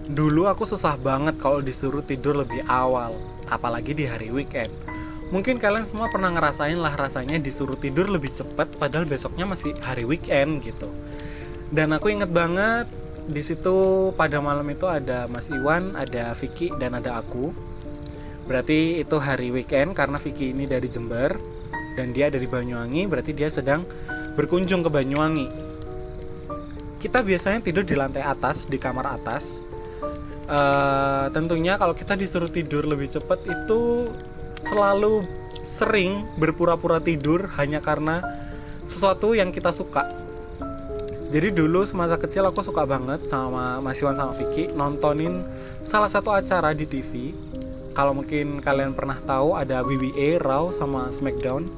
Dulu aku susah banget kalau disuruh tidur lebih awal, apalagi di hari weekend. Mungkin kalian semua pernah ngerasain lah rasanya disuruh tidur lebih cepat padahal besoknya masih hari weekend gitu. Dan aku inget banget di situ pada malam itu ada Mas Iwan, ada Vicky dan ada aku. Berarti itu hari weekend karena Vicky ini dari Jember dan dia dari Banyuwangi, berarti dia sedang berkunjung ke Banyuwangi. Kita biasanya tidur di lantai atas, di kamar atas. Tentunya kalau kita disuruh tidur lebih cepat itu selalu sering berpura-pura tidur hanya karena sesuatu yang kita suka. Jadi dulu semasa kecil aku suka banget sama Mas Iwan sama Vicky nontonin salah satu acara di TV. Kalau mungkin kalian pernah tahu ada WWE, Raw sama SmackDown.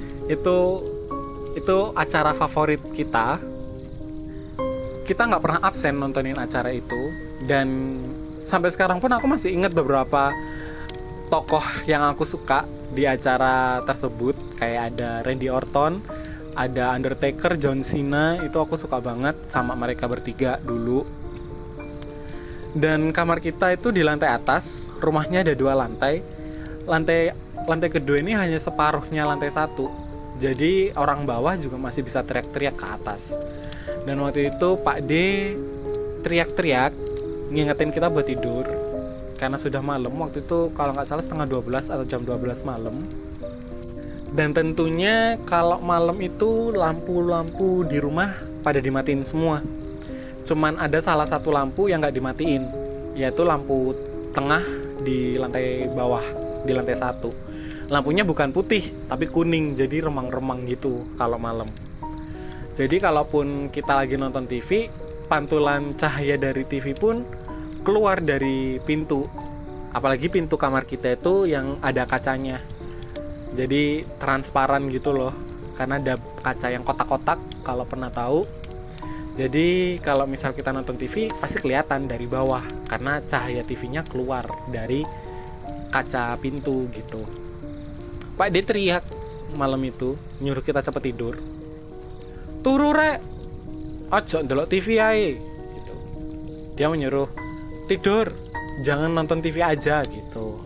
Itu acara favorit kita. Kita nggak pernah absen nontonin acara itu. Dan sampai sekarang pun aku masih ingat beberapa tokoh yang aku suka di acara tersebut. Kayak ada Randy Orton, ada Undertaker, John Cena. Itu aku suka banget sama mereka bertiga dulu. Dan kamar kita itu di lantai atas. Rumahnya ada 2 lantai. Lantai kedua ini hanya separuhnya lantai 1. Jadi orang bawah juga masih bisa teriak-teriak ke atas. Dan waktu itu Pak D teriak-teriak ngingetin kita buat tidur karena sudah malam. Waktu itu kalau nggak salah setengah 12 atau jam 12 malam. Dan tentunya kalau malam itu lampu-lampu di rumah pada dimatiin semua. Cuman ada salah satu lampu yang nggak dimatiin, yaitu lampu tengah di lantai bawah, di lantai 1. Lampunya bukan putih tapi kuning, jadi remang-remang gitu kalau malam. Jadi kalaupun kita lagi nonton TV, pantulan cahaya dari TV pun keluar dari pintu. Apalagi pintu kamar kita itu yang ada kacanya. Jadi transparan gitu loh. Karena ada kaca yang kotak-kotak kalau pernah tahu. Jadi kalau misal kita nonton TV pasti kelihatan dari bawah karena cahaya TV-nya keluar dari kaca pintu gitu. Pak D teriak malam itu nyuruh kita cepet tidur. Turu rek, ojo ndelok TV ae gitu. Dia menyuruh tidur, jangan nonton TV aja gitu.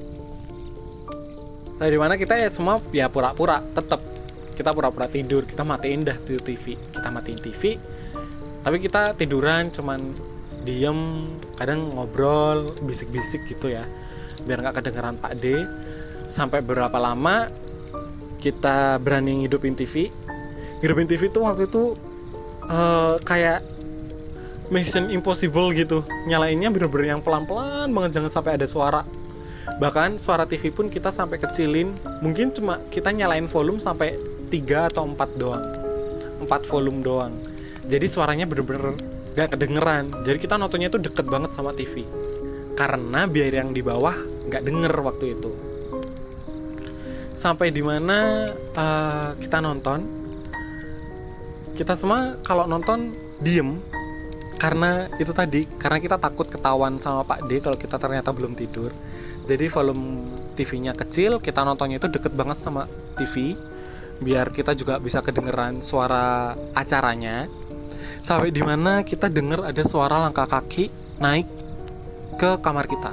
Saya dimana kita ya semua ya pura-pura, tetap kita pura-pura tidur, kita matiin dah TV, kita matiin TV. Tapi kita tiduran cuman diem, kadang ngobrol, bisik-bisik gitu ya, biar nggak kedengeran Pak D. Sampai berapa lama kita berani ngidupin TV. Ngidupin TV tuh waktu itu kayak Mission Impossible gitu. Nyalainnya bener-bener yang pelan-pelan banget, jangan sampai ada suara. Bahkan suara TV pun kita sampai kecilin. Mungkin cuma kita nyalain volume sampai 3 atau 4 doang, 4 volume doang. Jadi suaranya bener-bener gak kedengeran. Jadi kita nontonnya tuh deket banget sama TV, karena biar yang di bawah gak denger waktu itu. Sampai dimana kita nonton, kita semua kalau nonton diem karena itu tadi, karena kita takut ketahuan sama Pak D kalau kita ternyata belum tidur. Jadi volume TV-nya kecil, kita nontonnya itu deket banget sama TV biar kita juga bisa kedengeran suara acaranya. Sampai dimana kita denger ada suara langkah kaki naik ke kamar kita.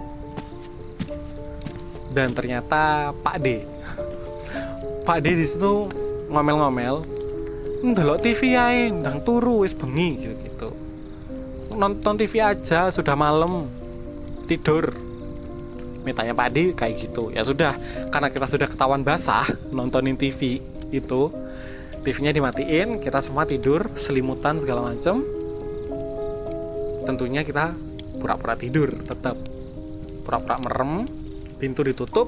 Dan ternyata Pak D di situ ngomel-ngomel, ndelok TV ae, ndang turu wis bengi gitu. Nonton TV aja, sudah malam, tidur. Mintanya Pak D kayak gitu. Ya sudah, karena kita sudah ketahuan basah nontonin TV itu, TV-nya dimatiin, kita semua tidur, selimutan segala macem. Tentunya kita pura-pura tidur, tetap pura-pura merem, pintu ditutup.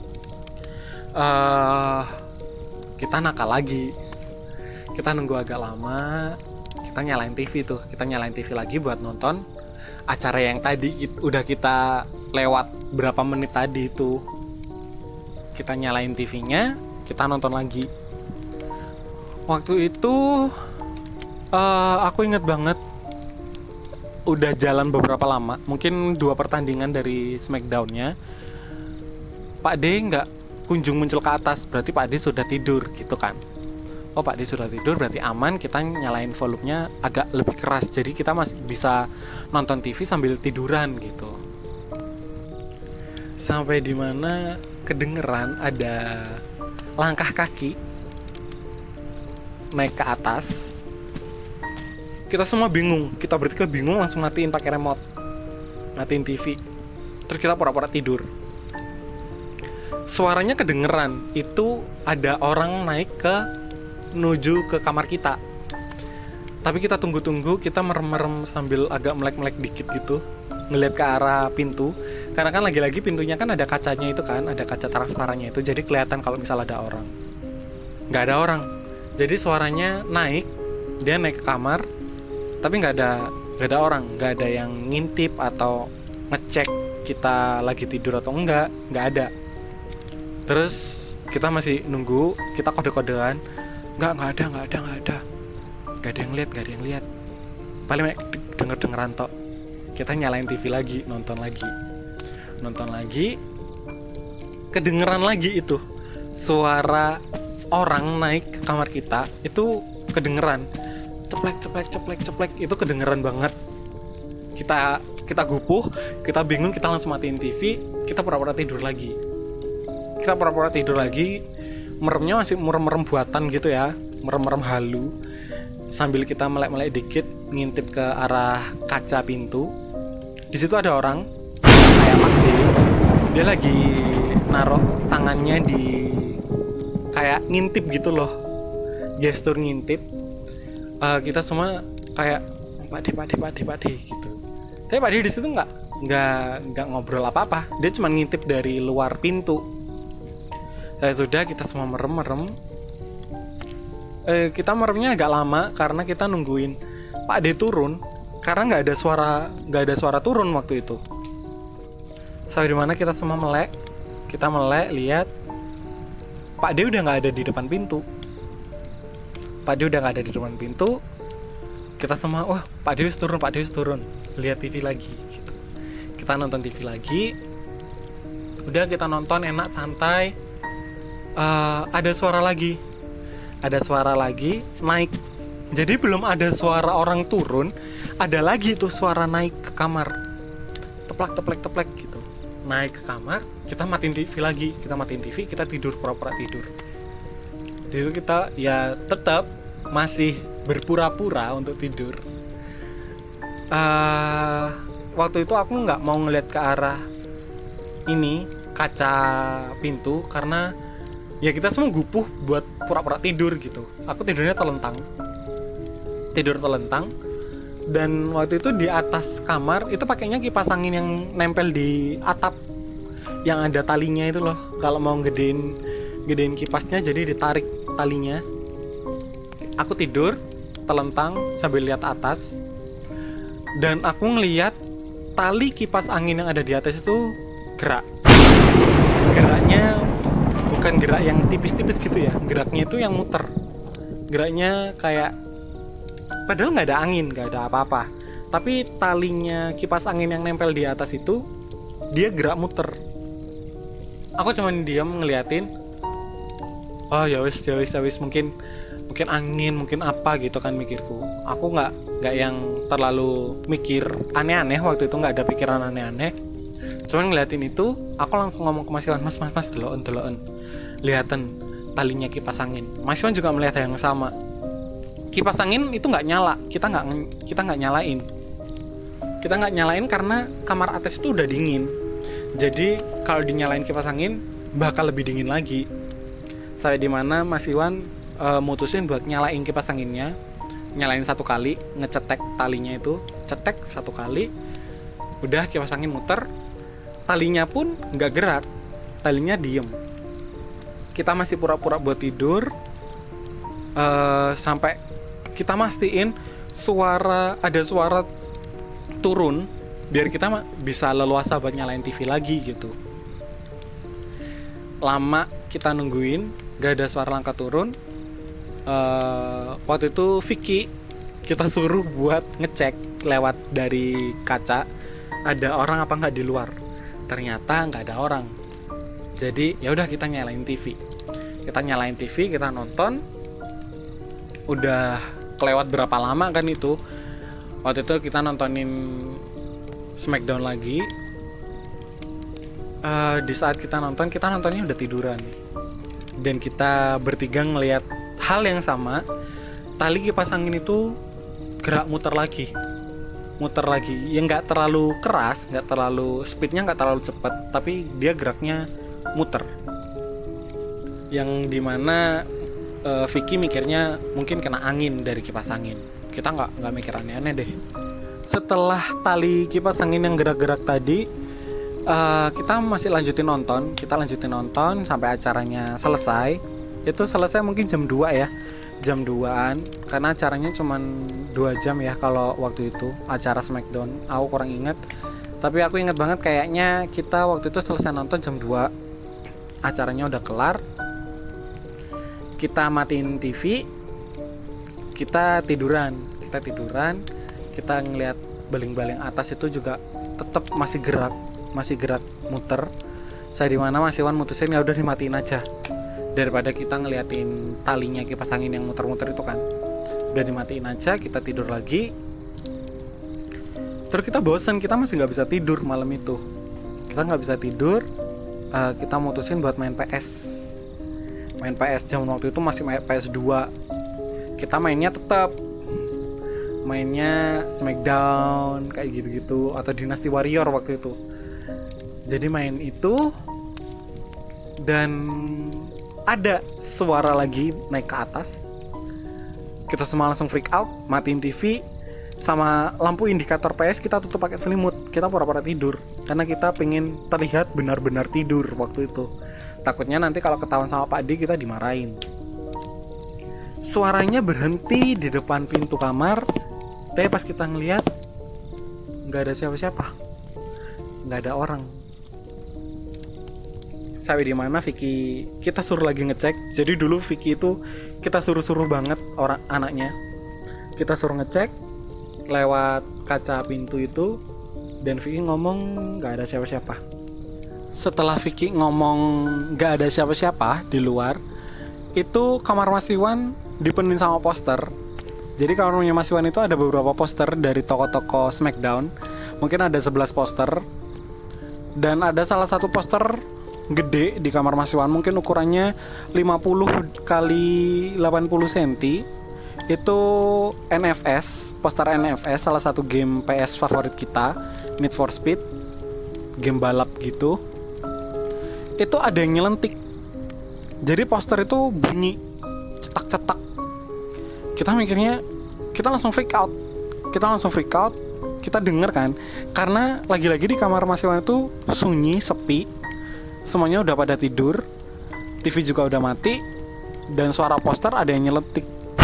Kita nakal lagi. Kita nunggu agak lama, kita nyalain TV tuh, kita nyalain TV lagi buat nonton acara yang tadi udah kita lewat berapa menit tadi itu. Kita nyalain TV-nya, kita nonton lagi. Waktu itu aku inget banget, udah jalan beberapa lama, mungkin 2 pertandingan dari SmackDown-nya. Pak D nggak kunjung muncul ke atas, berarti Pak D sudah tidur gitu kan. oh Pak D sudah tidur, berarti aman. Kita nyalain volumenya agak lebih keras, jadi kita masih bisa nonton TV sambil tiduran gitu. Sampai di mana kedengeran ada langkah kaki naik ke atas. Kita semua bingung, kita bertiga bingung, langsung matiin pakai remote, matiin TV. Terus kita pura-pura tidur. Suaranya kedengeran, itu ada orang naik menuju ke kamar kita. Tapi kita tunggu-tunggu, kita merem-merem sambil agak melek-melek dikit gitu, ngeliat ke arah pintu. Karena kan lagi-lagi pintunya kan ada kacanya itu kan, ada kaca transparannya itu, jadi kelihatan kalau misal ada orang. Nggak ada orang. Jadi suaranya naik, dia naik ke kamar, tapi nggak ada orang, nggak ada yang ngintip atau ngecek kita lagi tidur atau enggak ada. Terus kita masih nunggu, kita kode-kodean, nggak ada yang lihat. Paling denger-dengeran tok. Kita nyalain TV lagi, nonton lagi, kedengeran lagi itu suara orang naik ke kamar kita, itu kedengeran, ceplek, itu kedengeran banget. Kita gupuh, kita bingung, kita langsung matiin TV, kita pura-pura tidur lagi. Meremnya masih merem buatan gitu ya, merem halu, sambil kita melek-melek dikit, ngintip ke arah kaca pintu. Di situ ada orang kayak Pak D, dia lagi naruh tangannya di kayak ngintip gitu loh, gestur ngintip. Kita semua kayak Pak D gitu. Tapi Pak D di situ nggak ngobrol apa-apa, dia cuma ngintip dari luar pintu. Kita semua merem. Kita meremnya agak lama karena kita nungguin Pak D turun, karena nggak ada suara turun waktu itu. Sampai dimana kita semua melek lihat Pak D udah nggak ada di depan pintu. Kita semua, wah Pak D harus turun, lihat TV lagi gitu. Kita nonton TV lagi, udah kita nonton enak santai. Ada suara lagi naik. Jadi belum ada suara orang turun, ada lagi tuh suara naik ke kamar, teplak gitu, naik ke kamar. Kita matiin TV, kita tidur, pura-pura tidur. Di situ kita ya tetap masih berpura-pura untuk tidur. Waktu itu aku nggak mau ngeliat ke arah ini kaca pintu karena ya kita semua gupuh buat pura-pura tidur gitu. Aku tidurnya tidur telentang. Dan waktu itu di atas kamar itu pakainya kipas angin yang nempel di atap, yang ada talinya itu loh. Kalau mau gedein kipasnya, jadi ditarik talinya. Aku tidur telentang sambil lihat atas, dan aku ngelihat tali kipas angin yang ada di atas itu geraknya bukan gerak yang tipis-tipis gitu ya, geraknya itu yang muter. Geraknya kayak, padahal nggak ada angin, nggak ada apa-apa, tapi talinya kipas angin yang nempel di atas itu dia gerak muter. Aku cuman diam ngeliatin. Oh ya wis mungkin angin, mungkin apa gitu kan mikirku. Aku nggak yang terlalu mikir aneh-aneh waktu itu, nggak ada pikiran aneh-aneh. Cuman ngeliatin itu, aku langsung ngomong ke Mas Iwan, mas deloken, lihatan talinya kipas angin. Mas Iwan juga melihat yang sama. Kipas angin itu nggak nyala, kita nggak nyalain karena kamar atas itu udah dingin. Jadi kalau dinyalain kipas angin bakal lebih dingin lagi. Sampai dimana Mas Iwan mutusin buat nyalain kipas anginnya, nyalain satu kali, ngecetek talinya itu, cetek satu kali, udah kipas angin muter, talinya pun nggak gerak, talinya diem. Kita masih pura-pura buat tidur, sampai kita mastiin ada suara turun, biar kita bisa leluasa buat nyalain TV lagi gitu. Lama kita nungguin, gak ada suara langkah turun. Waktu itu Vicky kita suruh buat ngecek lewat dari kaca ada orang apa nggak di luar. Ternyata nggak ada orang. Jadi ya udah kita nyalain TV, kita nonton. udah kelewat berapa lama kan itu. Waktu itu kita nontonin Smackdown lagi. Di saat kita nontonnya udah tiduran. Dan kita bertiga ngelihat hal yang sama. Tali kipas angin itu gerak muter lagi, yang nggak terlalu keras, nggak terlalu speednya, nggak terlalu cepat, tapi dia geraknya muter. Yang dimana Vicky mikirnya mungkin kena angin dari kipas angin. Kita nggak mikir aneh-aneh deh. Setelah tali kipas angin yang gerak-gerak tadi, kita masih lanjutin nonton sampai acaranya selesai. Itu selesai mungkin jam 2 ya, jam 2an, karena acaranya cuman 2 jam ya kalau waktu itu acara Smackdown. Aku kurang ingat, tapi aku ingat banget kayaknya kita waktu itu selesai nonton jam 2, acaranya udah kelar. Kita matiin TV, kita tiduran, kita ngeliat baling-baling atas itu juga tetap masih gerak muter. Saya di mana Mas Iwan mutusin ya udah dimatiin aja, daripada kita ngeliatin talinya kipas angin yang muter-muter itu kan. Udah dimatiin aja, kita tidur lagi. Terus kita bosen, kita masih nggak bisa tidur malam itu. Kita nggak bisa tidur, kita mutusin buat main PS. Jam waktu itu masih main PS 2. Kita mainnya Smackdown kayak gitu-gitu, atau Dynasty Warrior waktu itu. Jadi main itu, dan ada suara lagi naik ke atas. Kita semua langsung freak out, matiin TV, sama lampu indikator PS kita tutup pakai selimut. Kita pura-pura tidur karena kita pengen terlihat benar-benar tidur waktu itu. Takutnya nanti kalau ketahuan sama Pak D kita dimarahin. Suaranya berhenti di depan pintu kamar, tapi pas kita ngeliat nggak ada siapa-siapa, nggak ada orang. Sampai di mana Vicky, kita suruh lagi ngecek. Jadi dulu Vicky itu kita suruh banget orang anaknya. Kita suruh ngecek lewat kaca pintu itu, dan Vicky ngomong nggak ada siapa-siapa. Setelah Vicky ngomong nggak ada siapa-siapa di luar, itu kamar Mas Iwan dipenuhi sama poster. Jadi kamarnya Mas Iwan itu ada beberapa poster dari toko-toko Smackdown. Mungkin ada 11 poster. Dan ada salah satu poster gede di kamar Mas Iwan, mungkin ukurannya 50 kali 80 cm. Itu NFS, poster NFS, salah satu game PS favorit kita, Need for Speed, game balap gitu. Itu ada yang nyelentik. Jadi poster itu bunyi cetak-cetak. Kita mikirnya, kita langsung freak out. Kita denger kan, karena lagi-lagi di kamar Mas Iwan itu sunyi, sepi. Semuanya udah pada tidur, TV juga udah mati, dan suara poster ada yang nyeletik.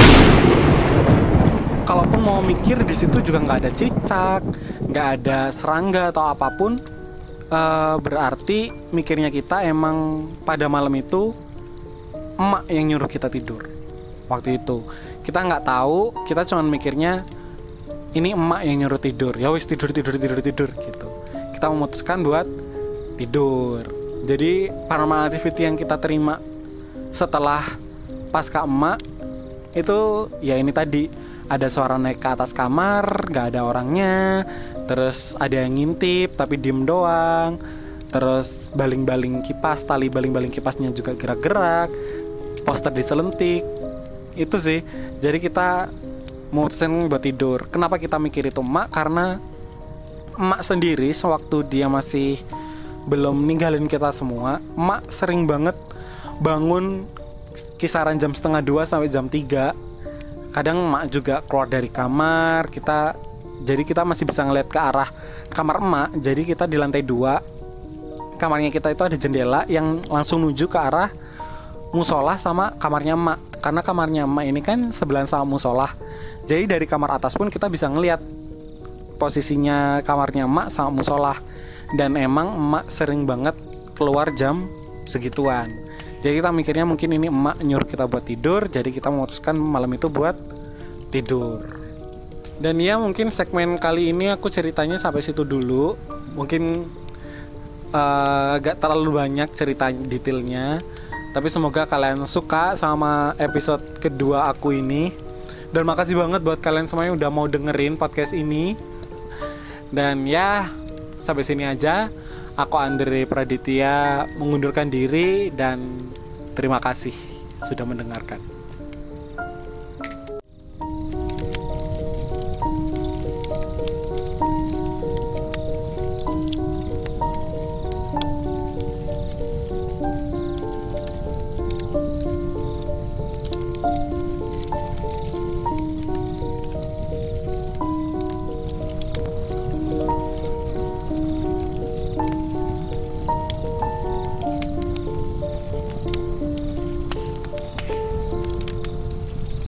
Kalaupun mau mikir, di situ juga nggak ada cicak, nggak ada serangga atau apapun. Berarti mikirnya kita emang pada malam itu emak yang nyuruh kita tidur. Waktu itu kita nggak tahu, kita cuman mikirnya ini emak yang nyuruh tidur. Ya wis tidur gitu. Kita memutuskan buat tidur. Jadi paranormal activity yang kita terima setelah pasca emak itu ya ini tadi, ada suara naik ke atas kamar, gak ada orangnya, terus ada yang ngintip tapi diem doang, terus baling-baling kipas, tali baling-baling kipasnya juga gerak-gerak, poster diselentik. Itu sih. Jadi kita memutuskan buat tidur. Kenapa kita mikir itu emak? Karena emak sendiri sewaktu dia masih belum ninggalin kita semua, emak sering banget bangun kisaran jam 1:30 sampai jam 3. Kadang emak juga keluar dari kamar, jadi kita masih bisa ngeliat ke arah kamar emak. Jadi kita di lantai 2, kamarnya kita itu ada jendela yang langsung menuju ke arah musola sama kamarnya emak. Karena kamarnya emak ini kan sebelahan sama musola. Jadi dari kamar atas pun kita bisa ngeliat posisinya kamarnya emak sama musola. Dan emang emak sering banget keluar jam segituan. Jadi kita mikirnya mungkin ini emak nyuruh kita buat tidur. Jadi kita memutuskan malam itu buat tidur. Dan ya mungkin segmen kali ini aku ceritanya sampai situ dulu. Mungkin gak terlalu banyak cerita detailnya, tapi semoga kalian suka sama episode kedua aku ini. Dan makasih banget buat kalian semuanya udah mau dengerin podcast ini. Dan ya, sampai sini aja. Aku Andre Praditya mengundurkan diri dan terima kasih sudah mendengarkan.